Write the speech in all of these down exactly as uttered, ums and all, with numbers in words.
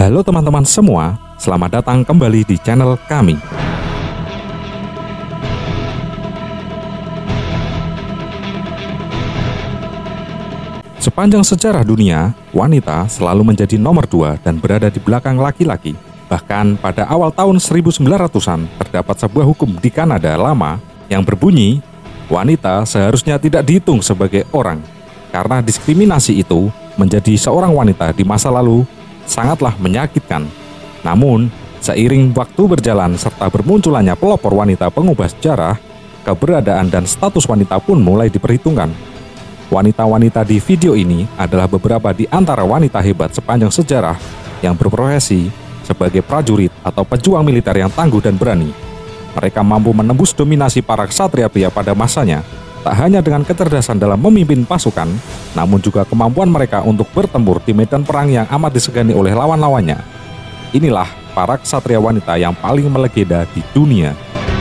Halo teman-teman semua, selamat datang kembali di channel kami. Sepanjang sejarah dunia, wanita selalu menjadi nomor dua dan berada di belakang laki-laki. Bahkan pada awal tahun seribu sembilan ratusan, terdapat sebuah hukum di Kanada lama yang berbunyi, wanita seharusnya tidak dihitung sebagai orang, karena diskriminasi itu menjadi seorang wanita di masa lalu sangatlah menyakitkan. Namun, seiring waktu berjalan serta bermunculannya pelopor wanita pengubah sejarah, keberadaan dan status wanita pun mulai diperhitungkan. Wanita-wanita di video ini adalah beberapa di antara wanita hebat sepanjang sejarah yang berprofesi sebagai prajurit atau pejuang militer yang tangguh dan berani. Mereka mampu menembus dominasi para ksatria pria pada masanya, tak hanya dengan kecerdasan dalam memimpin pasukan, namun juga kemampuan mereka untuk bertempur di medan perang yang amat disegani oleh lawan-lawannya. Inilah para ksatria wanita yang paling melegenda di dunia.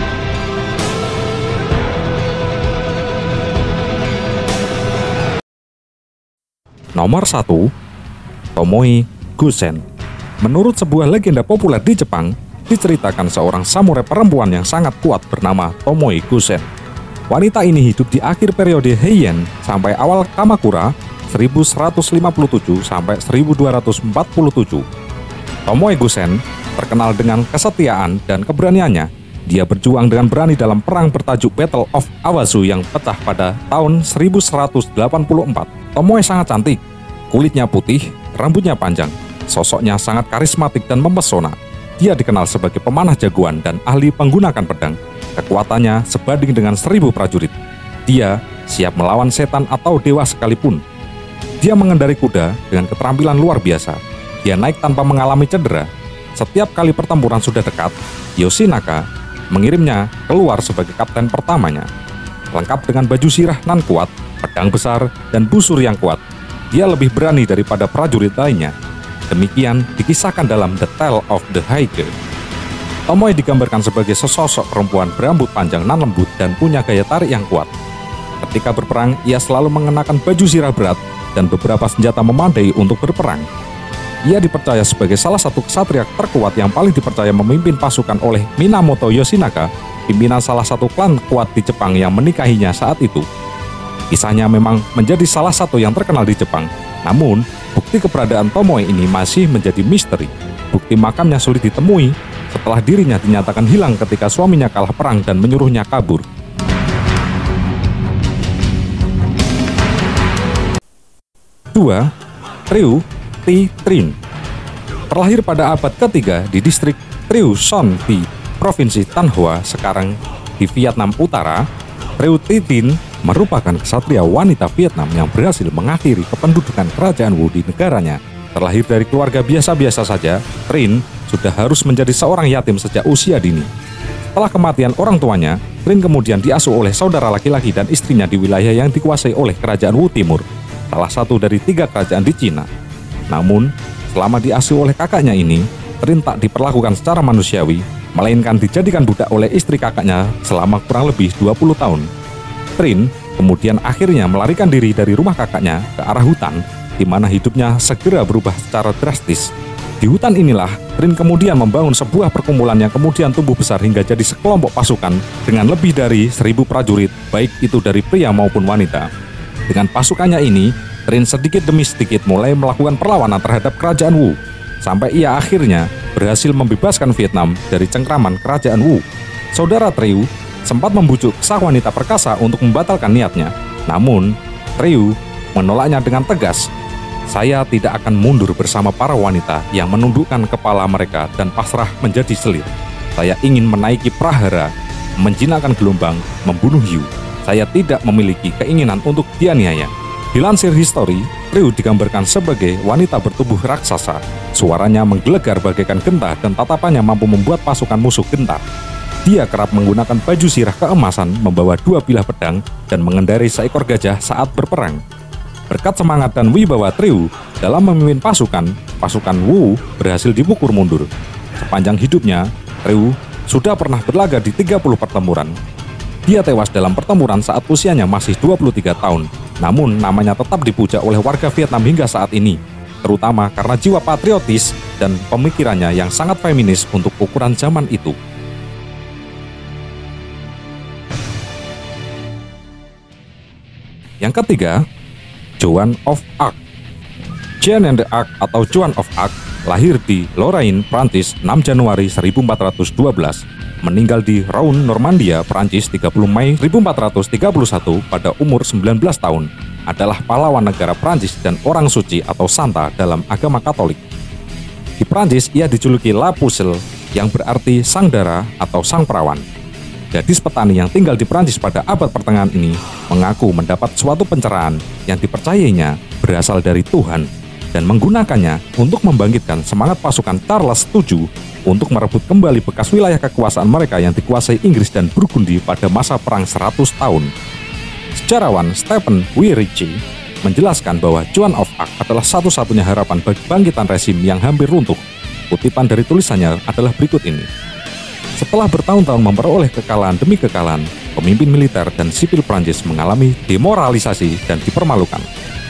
Nomor satu, Tomoe Gosen. Menurut sebuah legenda populer di Jepang, diceritakan seorang samurai perempuan yang sangat kuat bernama Tomoe Gosen. Wanita ini hidup di akhir periode Heian sampai awal Kamakura seribu seratus lima puluh tujuh sampai seribu dua ratus empat puluh tujuh. Tomoe Gosen terkenal dengan kesetiaan dan keberaniannya. Dia berjuang dengan berani dalam perang bertajuk Battle of Awazu yang pecah pada tahun seribu seratus delapan puluh empat. Tomoe sangat cantik, kulitnya putih, rambutnya panjang, sosoknya sangat karismatik dan mempesona. Dia dikenal sebagai pemanah jagoan dan ahli menggunakan pedang. Kekuatannya sebanding dengan seribu prajurit. Dia siap melawan setan atau dewa sekalipun. Dia mengendari kuda dengan keterampilan luar biasa. Dia naik tanpa mengalami cedera. Setiap kali pertempuran sudah dekat, Yoshinaka mengirimnya keluar sebagai kapten pertamanya. Lengkap dengan baju sirah nan kuat, pedang besar, dan busur yang kuat. Dia lebih berani daripada prajurit lainnya. Demikian dikisahkan dalam The Tale of the Hige. Tomoe digambarkan sebagai sesosok perempuan berambut panjang nan lembut dan punya gaya tarik yang kuat. Ketika berperang, ia selalu mengenakan baju sirah berat dan beberapa senjata memadai untuk berperang. Ia dipercaya sebagai salah satu ksatria terkuat yang paling dipercaya memimpin pasukan oleh Minamoto Yoshinaka, pimpinan salah satu klan kuat di Jepang yang menikahinya saat itu. Kisahnya memang menjadi salah satu yang terkenal di Jepang, namun bukti keberadaan Tomoe ini masih menjadi misteri. Bukti makamnya sulit ditemui setelah dirinya dinyatakan hilang ketika suaminya kalah perang dan menyuruhnya kabur. Dua. Ryu T. Trin. Terlahir pada abad ketiga di distrik Ryu Son di Provinsi Thanh, sekarang di Vietnam Utara, Ryu T. Trin merupakan ksatria wanita Vietnam yang berhasil mengakhiri kependudukan kerajaan Wu di negaranya. Terlahir dari keluarga biasa-biasa saja, Trin sudah harus menjadi seorang yatim sejak usia dini. Setelah kematian orang tuanya, Trin kemudian diasuh oleh saudara laki-laki dan istrinya di wilayah yang dikuasai oleh kerajaan Wu Timur, salah satu dari tiga kerajaan di Cina. Namun, selama diasuh oleh kakaknya ini, Trin tak diperlakukan secara manusiawi, melainkan dijadikan budak oleh istri kakaknya selama kurang lebih dua puluh tahun. Trin kemudian akhirnya melarikan diri dari rumah kakaknya ke arah hutan, di mana hidupnya segera berubah secara drastis. Di hutan inilah, Trin kemudian membangun sebuah perkumpulan yang kemudian tumbuh besar hingga jadi sekelompok pasukan dengan lebih dari seribu prajurit, baik itu dari pria maupun wanita. Dengan pasukannya ini, Trin sedikit demi sedikit mulai melakukan perlawanan terhadap kerajaan Wu, sampai ia akhirnya berhasil membebaskan Vietnam dari cengkraman kerajaan Wu. Saudara Ryu sempat membujuk sang wanita perkasa untuk membatalkan niatnya, namun Ryu menolaknya dengan tegas. Saya tidak akan mundur bersama para wanita yang menundukkan kepala mereka dan pasrah menjadi selir. Saya ingin menaiki prahara, menjinakkan gelombang, membunuh hiu. Saya tidak memiliki keinginan untuk dianiaya. Dilansir History, Ryu digambarkan sebagai wanita bertubuh raksasa. Suaranya menggelegar bagaikan genta dan tatapannya mampu membuat pasukan musuh gentar. Dia kerap menggunakan baju sirah keemasan, membawa dua bilah pedang, dan mengendarai seekor gajah saat berperang. Berkat semangat dan wibawa Ryu dalam memimpin pasukan, pasukan Wu berhasil dipukul mundur. Sepanjang hidupnya, Ryu sudah pernah berlaga di tiga puluh pertempuran. Dia tewas dalam pertempuran saat usianya masih dua puluh tiga tahun, namun namanya tetap dipuja oleh warga Vietnam hingga saat ini. terutama karena jiwa patriotis dan pemikirannya yang sangat feminis untuk ukuran zaman itu. Yang ketiga, Joan of Arc. Jeanne d'Arc atau Joan of Arc lahir di Lorraine, Prancis enam Januari seribu empat ratus dua belas, meninggal di Rouen, Normandia, Prancis tiga puluh Mei seribu empat ratus tiga puluh satu pada umur sembilan belas tahun, adalah pahlawan negara Prancis dan orang suci atau santa dalam agama Katolik. Di Prancis ia dijuluki La Pucelle, yang berarti sang dara atau sang perawan. Gadis petani yang tinggal di Prancis pada abad pertengahan ini mengaku mendapat suatu pencerahan yang dipercayainya berasal dari Tuhan dan menggunakannya untuk membangkitkan semangat pasukan Charles ketujuh untuk merebut kembali bekas wilayah kekuasaan mereka yang dikuasai Inggris dan Burgundy pada masa perang seratus tahun. Sejarawan Stephen Wyricki menjelaskan bahwa Joan of Arc adalah satu-satunya harapan bagi bangkitan rezim yang hampir runtuh. Kutipan dari tulisannya adalah berikut ini. Setelah bertahun-tahun memperoleh kekalahan demi kekalahan, pemimpin militer dan sipil Prancis mengalami demoralisasi dan dipermalukan.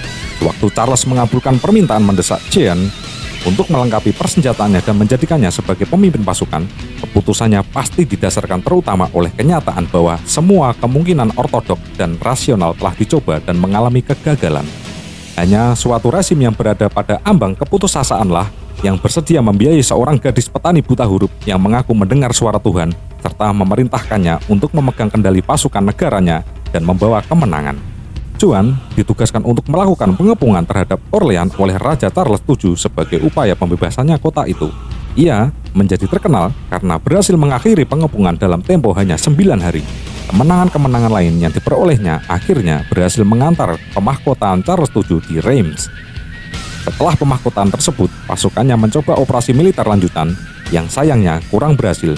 Waktu Charles mengabulkan permintaan mendesak Jeanne untuk melengkapi persenjataannya dan menjadikannya sebagai pemimpin pasukan, keputusannya pasti didasarkan terutama oleh kenyataan bahwa semua kemungkinan ortodok dan rasional telah dicoba dan mengalami kegagalan. Hanya suatu rezim yang berada pada ambang keputusasaanlah yang bersedia membiayai seorang gadis petani buta huruf yang mengaku mendengar suara Tuhan serta memerintahkannya untuk memegang kendali pasukan negaranya dan membawa kemenangan. Joan ditugaskan untuk melakukan pengepungan terhadap Orleans oleh Raja Charles ketujuh sebagai upaya pembebasannya kota itu. Ia menjadi terkenal karena berhasil mengakhiri pengepungan dalam tempo hanya sembilan hari. Kemenangan-kemenangan lain yang diperolehnya akhirnya berhasil mengantar pemahkotaan Charles ketujuh di Reims. Setelah pemahkotaan tersebut, pasukannya mencoba operasi militer lanjutan yang sayangnya kurang berhasil.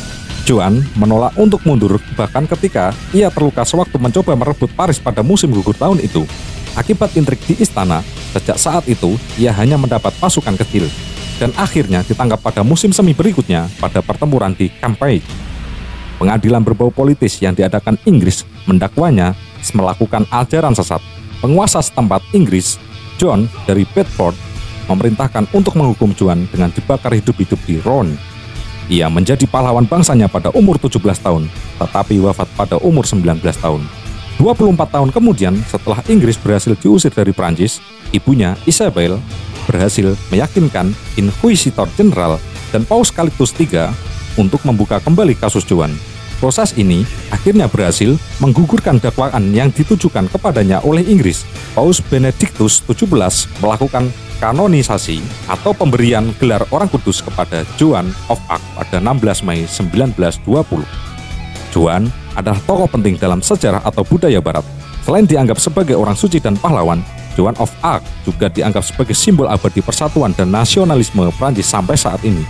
Joan menolak untuk mundur bahkan ketika ia terluka sewaktu mencoba merebut Paris pada musim gugur tahun itu. Akibat intrik di istana, sejak saat itu ia hanya mendapat pasukan kecil dan akhirnya ditangkap pada musim semi berikutnya pada pertempuran di Cambrai. Pengadilan berbau politis yang diadakan Inggris mendakwanya melakukan ajaran sesat. Penguasa setempat Inggris, John dari Bedford, memerintahkan untuk menghukum Joan dengan dibakar hidup-hidup di Rouen. Ia menjadi pahlawan bangsanya pada umur tujuh belas tahun, tetapi wafat pada umur sembilan belas tahun. dua puluh empat tahun kemudian, setelah Inggris berhasil diusir dari Prancis, ibunya Isabel berhasil meyakinkan Inquisitor Jenderal dan Paus Calixtus ketiga untuk membuka kembali kasus Joan. Proses ini akhirnya berhasil menggugurkan dakwaan yang ditujukan kepadanya oleh Inggris. Paus Benedictus tujuh belas melakukan kanonisasi atau pemberian gelar orang kudus kepada Joan of Arc pada enam belas Mei seribu sembilan ratus dua puluh. Joan adalah tokoh penting dalam sejarah atau budaya barat. Selain dianggap sebagai orang suci dan pahlawan, Joan of Arc juga dianggap sebagai simbol abadi persatuan dan nasionalisme Prancis sampai saat ini.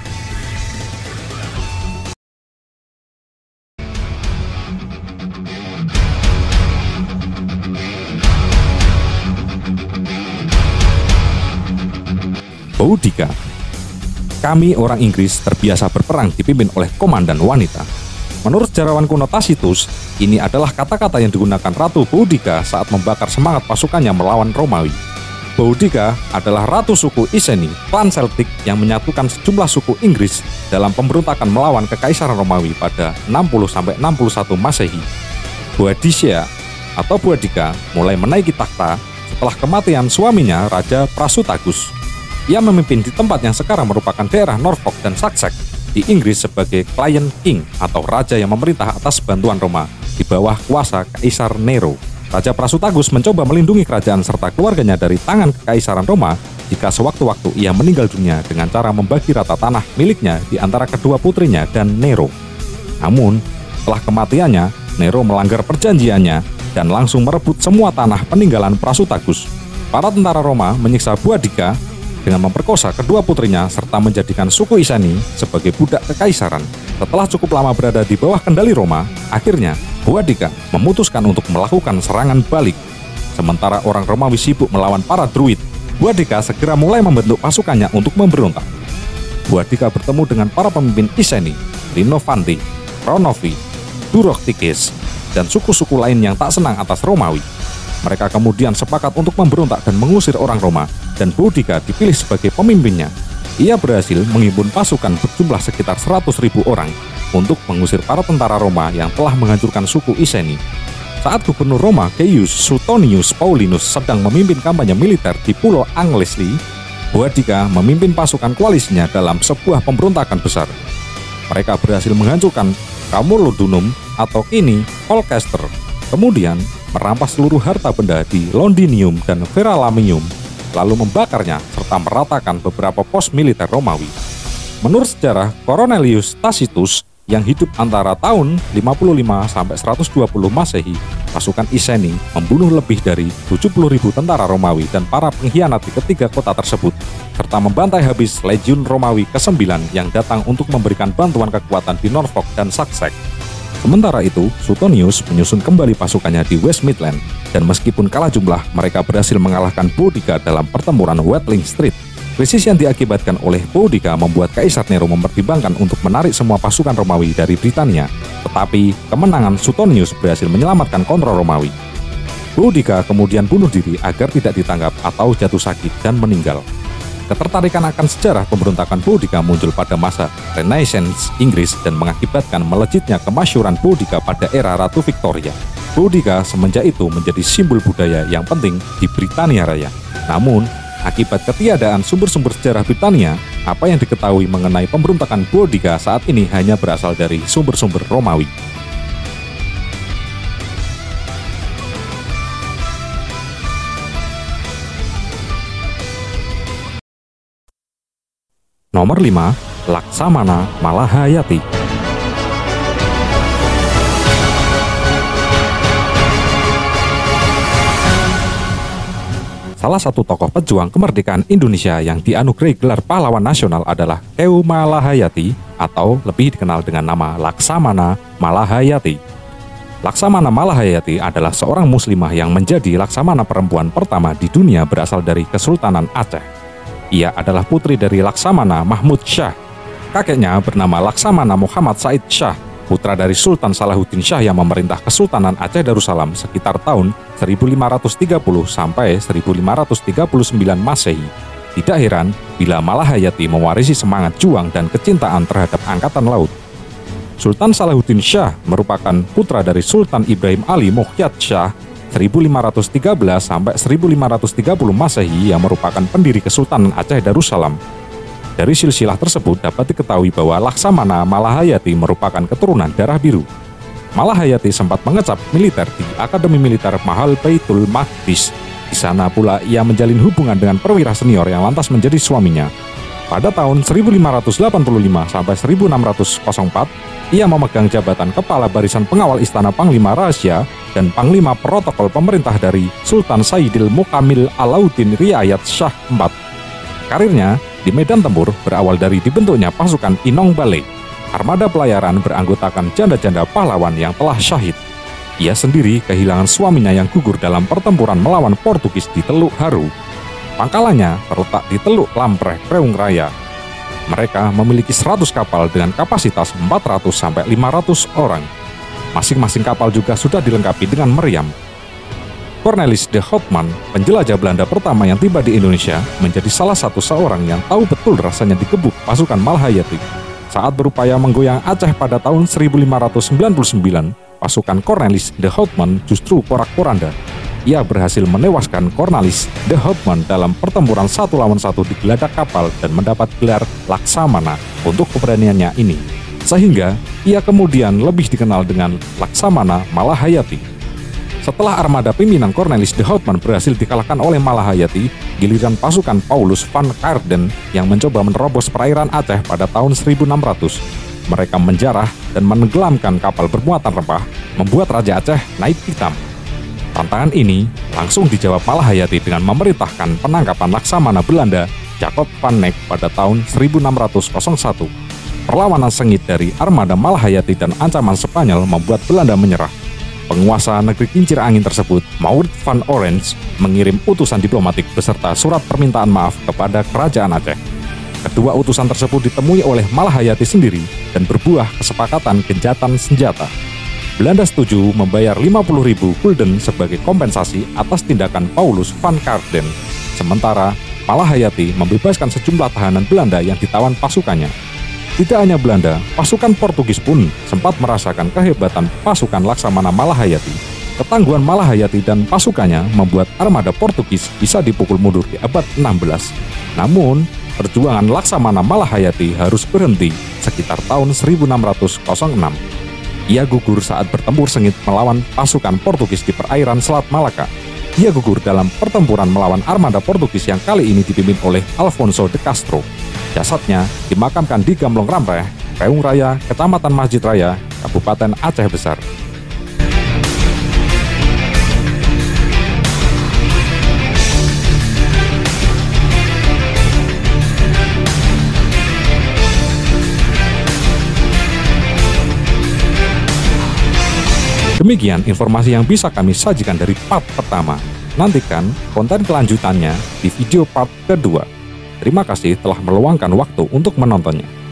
Boudica. Kami orang Inggris terbiasa berperang dipimpin oleh komandan wanita. Menurut sejarawan kuno Tacitus, ini adalah kata-kata yang digunakan Ratu Boudica saat membakar semangat pasukannya melawan Romawi. Boudica adalah ratu suku Iceni, klan Celtic yang menyatukan sejumlah suku Inggris dalam pemberontakan melawan Kekaisaran Romawi pada enam puluh sampai enam puluh satu Masehi. Boadicea atau Boudica mulai menaiki takhta setelah kematian suaminya Raja Prasutagus. Ia memimpin di tempat yang sekarang merupakan daerah Norfolk dan Sussex di Inggris sebagai Client King atau raja yang memerintah atas bantuan Roma di bawah kuasa Kaisar Nero. Raja Prasutagus mencoba melindungi kerajaan serta keluarganya dari tangan Kekaisaran Roma jika sewaktu-waktu ia meninggal dunia dengan cara membagi rata tanah miliknya di antara kedua putrinya dan Nero. Namun, setelah kematiannya, Nero melanggar perjanjiannya dan langsung merebut semua tanah peninggalan Prasutagus. Para tentara Roma menyiksa Boudica dengan memperkosa kedua putrinya serta menjadikan suku Iceni sebagai budak kekaisaran. Setelah cukup lama berada di bawah kendali Roma, akhirnya Boudica memutuskan untuk melakukan serangan balik. Sementara orang Romawi sibuk melawan para Druid, Boudica segera mulai membentuk pasukannya untuk memberontak. Boudica bertemu dengan para pemimpin Iceni, Rinovanti, Ronovi, Duroctiges, dan suku-suku lain yang tak senang atas Romawi. Mereka kemudian sepakat untuk memberontak dan mengusir orang Roma, dan Boudica dipilih sebagai pemimpinnya. ia berhasil menghimpun pasukan berjumlah sekitar seratus ribu orang untuk mengusir para tentara Roma yang telah menghancurkan suku Iceni. Saat Gubernur Roma Gaius Suetonius Paulinus sedang memimpin kampanye militer di Pulau Anglesey, Boudicca memimpin pasukan koalisinya dalam sebuah pemberontakan besar. Mereka berhasil menghancurkan Camulodunum atau kini Colchester, kemudian merampas seluruh harta benda di Londinium dan Verulamium, lalu membakarnya serta meratakan beberapa pos militer Romawi. Menurut sejarah Cornelius Tacitus yang hidup antara tahun lima puluh lima sampai seratus dua puluh Masehi, pasukan Iceni membunuh lebih dari tujuh puluh ribu tentara Romawi dan para pengkhianat di ketiga kota tersebut, serta membantai habis legiun Romawi kesembilan yang datang untuk memberikan bantuan kekuatan di Norfolk dan Sussex. Sementara itu, Suetonius menyusun kembali pasukannya di West Midland, dan meskipun kalah jumlah, mereka berhasil mengalahkan Boudicca dalam pertempuran Watling Street. Krisis yang diakibatkan oleh Boudicca membuat Kaisar Nero mempertimbangkan untuk menarik semua pasukan Romawi dari Britania, tetapi kemenangan Suetonius berhasil menyelamatkan kontrol Romawi. Boudicca kemudian bunuh diri agar tidak ditangkap atau jatuh sakit dan meninggal. Ketertarikan akan sejarah pemberontakan Boudicca muncul pada masa Renaissance Inggris dan mengakibatkan melejitnya kemasyhuran Boudicca pada era Ratu Victoria. Boudicca semenjak itu menjadi simbol budaya yang penting di Britania Raya. Namun, akibat ketiadaan sumber-sumber sejarah Britania, apa yang diketahui mengenai pemberontakan Boudicca saat ini hanya berasal dari sumber-sumber Romawi. Nomor lima. Laksamana Malahayati. Salah satu tokoh pejuang kemerdekaan Indonesia yang dianugerahi gelar pahlawan nasional adalah Kewu Malahayati atau lebih dikenal dengan nama Laksamana Malahayati. Laksamana Malahayati adalah seorang muslimah yang menjadi laksamana perempuan pertama di dunia berasal dari Kesultanan Aceh. Ia adalah putri dari Laksamana Mahmud Shah. Kakeknya bernama Laksamana Muhammad Said Shah, putra dari Sultan Salahuddin Shah yang memerintah Kesultanan Aceh Darussalam sekitar tahun seribu lima ratus tiga puluh sampai seribu lima ratus tiga puluh sembilan Masehi. Tidak heran bila Malahayati mewarisi semangat juang dan kecintaan terhadap angkatan laut. Sultan Salahuddin Shah merupakan putra dari Sultan Ibrahim Ali Muqyad Shah seribu lima ratus tiga belas sampai seribu lima ratus tiga puluh Masehi yang merupakan pendiri Kesultanan Aceh Darussalam. Dari silsilah tersebut dapat diketahui bahwa Laksamana Malahayati merupakan keturunan darah biru. Malahayati sempat mengecap militer di Akademi Militer Mahal Baitul Maqdis. Di sana pula ia menjalin hubungan dengan perwira senior yang lantas menjadi suaminya. Pada tahun seribu lima ratus delapan puluh lima sampai seribu enam ratus empat, ia memegang jabatan Kepala Barisan Pengawal Istana Panglima Rahasia dan Panglima Protokol Pemerintah dari Sultan Sayyidil Mukamil Alauddin Riayat Shah keempat. Karirnya di medan tempur berawal dari dibentuknya pasukan Inong Bale, armada pelayaran beranggotakan janda-janda pahlawan yang telah syahid. Ia sendiri kehilangan suaminya yang gugur dalam pertempuran melawan Portugis di Teluk Haru. Pangkalannya terletak di Teluk Lampreh, Preung Raya. Mereka memiliki seratus kapal dengan kapasitas empat ratus sampai lima ratus orang. Masing-masing kapal juga sudah dilengkapi dengan meriam. Cornelis de Houtman, penjelajah Belanda pertama yang tiba di Indonesia, menjadi salah satu seorang yang tahu betul rasanya digebuk pasukan Malahayati. Saat berupaya menggoyang Aceh pada tahun seribu lima ratus sembilan puluh sembilan, pasukan Cornelis de Houtman justru porak-poranda. Ia berhasil menewaskan Cornelis de Houtman dalam pertempuran satu lawan satu di geladak kapal dan mendapat gelar Laksamana untuk keberaniannya ini. Sehingga ia kemudian lebih dikenal dengan Laksamana Malahayati. Setelah armada pimpinan Cornelis de Houtman berhasil dikalahkan oleh Malahayati, giliran pasukan Paulus van Kaerden yang mencoba menerobos perairan Aceh pada tahun seribu enam ratus. Mereka menjarah dan menenggelamkan kapal bermuatan rempah, membuat Raja Aceh naik pitam. Tantangan ini langsung dijawab Malahayati dengan memerintahkan penangkapan Laksamana Belanda Jacob van Neck pada tahun seribu enam ratus satu. Perlawanan sengit dari armada Malahayati dan ancaman Spanyol membuat Belanda menyerah. Penguasa negeri kincir angin tersebut, Maurits van Orange, mengirim utusan diplomatik beserta surat permintaan maaf kepada Kerajaan Aceh. Kedua utusan tersebut ditemui oleh Malahayati sendiri dan berbuah kesepakatan gencatan senjata. Belanda setuju membayar lima puluh ribu gulden sebagai kompensasi atas tindakan Paulus van Kaerden. Sementara Malahayati membebaskan sejumlah tahanan Belanda yang ditawan pasukannya. Tidak hanya Belanda, pasukan Portugis pun sempat merasakan kehebatan pasukan Laksamana Malahayati. Ketangguhan Malahayati dan pasukannya membuat armada Portugis bisa dipukul mundur di abad enam belas. Namun, perjuangan Laksamana Malahayati harus berhenti sekitar tahun seribu enam ratus enam. Ia gugur saat bertempur sengit melawan pasukan Portugis di perairan Selat Malaka. Ia gugur dalam pertempuran melawan armada Portugis yang kali ini dipimpin oleh Alfonso de Castro. Jasadnya dimakamkan di Gamblong Ramreh, Peung Raya, Kecamatan Masjid Raya, Kabupaten Aceh Besar. Demikian informasi yang bisa kami sajikan dari part pertama. Nantikan konten kelanjutannya di video part kedua. Terima kasih telah meluangkan waktu untuk menontonnya.